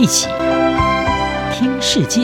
一起听世界。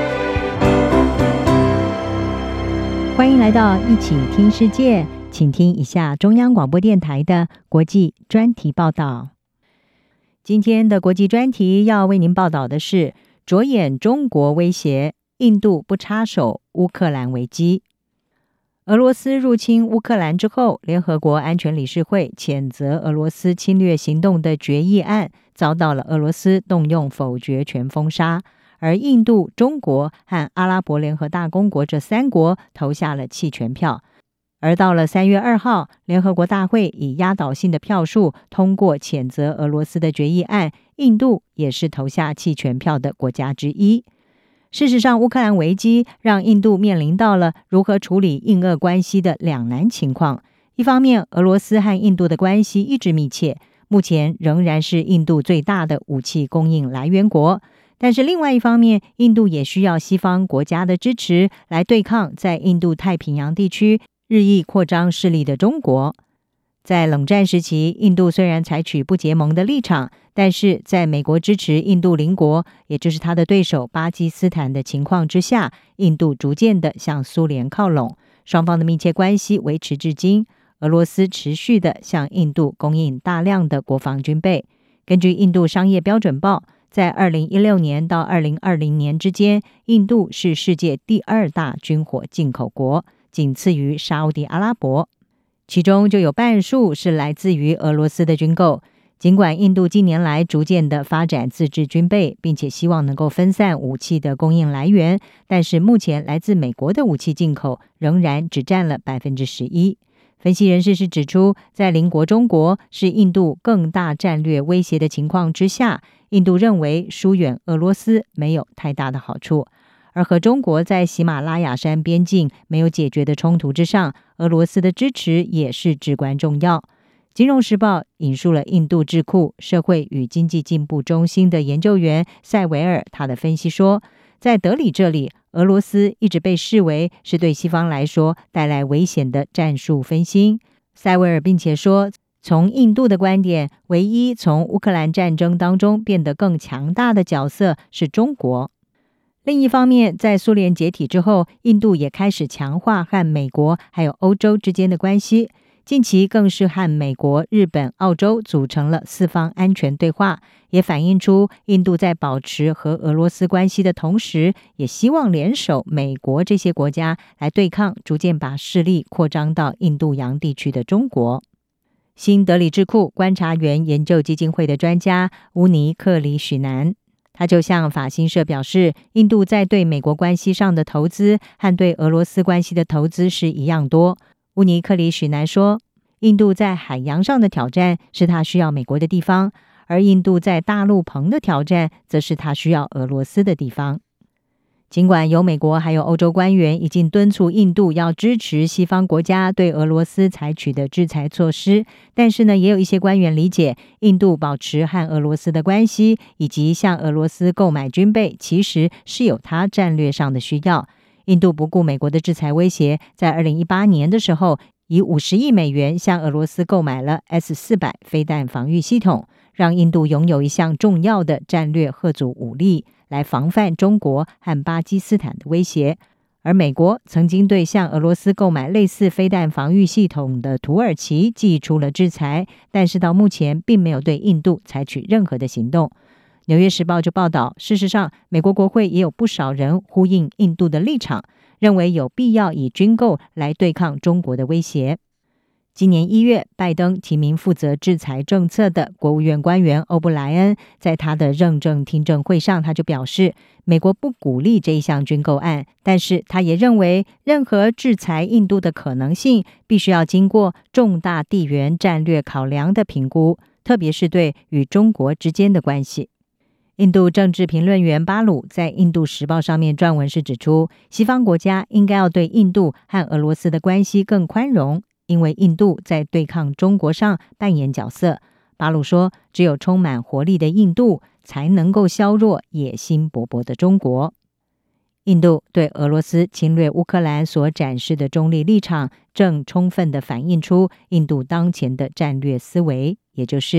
欢迎来到一起听世界，请听一下中央广播电台的国际专题报道。今天的国际专题要为您报道的是着眼中国威胁，印度不插手乌克兰危机。俄罗斯入侵乌克兰之后，联合国安全理事会谴责俄罗斯侵略行动的决议案遭到了俄罗斯动用否决权封杀，而印度、中国和阿拉伯联合大公国这3国投下了弃权票。而到了3月2号，联合国大会以压倒性的票数通过谴责俄罗斯的决议案，印度也是投下弃权票的国家之一。事实上，乌克兰危机让印度面临到了如何处理印俄关系的两难情况。一方面，俄罗斯和印度的关系一直密切，目前仍然是印度最大的武器供应来源国。但是另外一方面，印度也需要西方国家的支持来对抗在印度太平洋地区日益扩张势力的中国。在冷战时期，印度虽然采取不结盟的立场，但是在美国支持印度邻国，也就是他的对手巴基斯坦的情况之下，印度逐渐的向苏联靠拢，双方的密切关系维持至今。俄罗斯持续的向印度供应大量的国防军备。根据印度商业标准报，在2016年到2020年之间，印度是世界第2大军火进口国，仅次于沙烏地阿拉伯，其中就有半数是来自于俄罗斯的军购。尽管印度近年来逐渐的发展自制军备，并且希望能够分散武器的供应来源，但是目前来自美国的武器进口仍然只占了 11%。 分析人士是指出，在邻国中国是印度更大战略威胁的情况之下，印度认为疏远俄罗斯没有太大的好处。而和中国在喜马拉雅山边境没有解决的冲突之上，俄罗斯的支持也是至关重要。金融时报引述了印度智库社会与经济进步中心的研究员塞维尔，他的分析说，在德里这里，俄罗斯一直被视为是对西方来说带来危险的战术分心。塞维尔并且说，从印度的观点，唯一从乌克兰战争当中变得更强大的角色是中国。另一方面，在苏联解体之后，印度也开始强化和美国还有欧洲之间的关系，近期更是和美国、日本、澳洲组成了4方安全对话，也反映出印度在保持和俄罗斯关系的同时，也希望联手美国这些国家来对抗逐渐把势力扩张到印度洋地区的中国。新德里智库观察员研究基金会的专家乌尼克里许南，他就向法新社表示，印度在对美国关系上的投资和对俄罗斯关系的投资是一样多。乌尼克里许南说，印度在海洋上的挑战是他需要美国的地方，而印度在大陆棚的挑战则是他需要俄罗斯的地方。尽管有美国还有欧洲官员已经敦促印度要支持西方国家对俄罗斯采取的制裁措施，但是呢，也有一些官员理解，印度保持和俄罗斯的关系以及向俄罗斯购买军备，其实是有它战略上的需要。印度不顾美国的制裁威胁，在2018年的时候，以50亿美元向俄罗斯购买了 S-400 飞弹防御系统，让印度拥有一项重要的战略核武武力，来防范中国和巴基斯坦的威胁。而美国曾经对向俄罗斯购买类似飞弹防御系统的土耳其寄出了制裁，但是到目前并没有对印度采取任何的行动。纽约时报就报道，事实上，美国国会也有不少人呼应印度的立场，认为有必要以军购来对抗中国的威胁。今年1月，拜登提名负责制裁政策的国务院官员欧布莱恩，在他的认证听证会上，他就表示，美国不鼓励这一项军购案，但是他也认为，任何制裁印度的可能性，必须要经过重大地缘战略考量的评估，特别是对与中国之间的关系。印度政治评论员巴鲁在《印度时报》上面撰文是指出，西方国家应该要对印度和俄罗斯的关系更宽容，因为印度在对抗中国上扮演角色。巴鲁说，只有充满活力的印度才能够削弱野心勃勃的中国。印度对俄罗斯侵略乌克兰所展示的中立立场，正充分地反映出印度当前的战略思维，也就是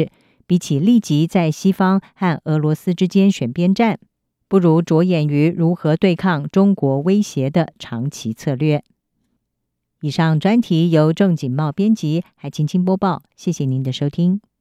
比起立即在西方和俄罗斯之间选边站，不如着眼于如何对抗中国威胁的长期策略。以上专题由郑锦茂编辑，海青青播报，谢谢您的收听。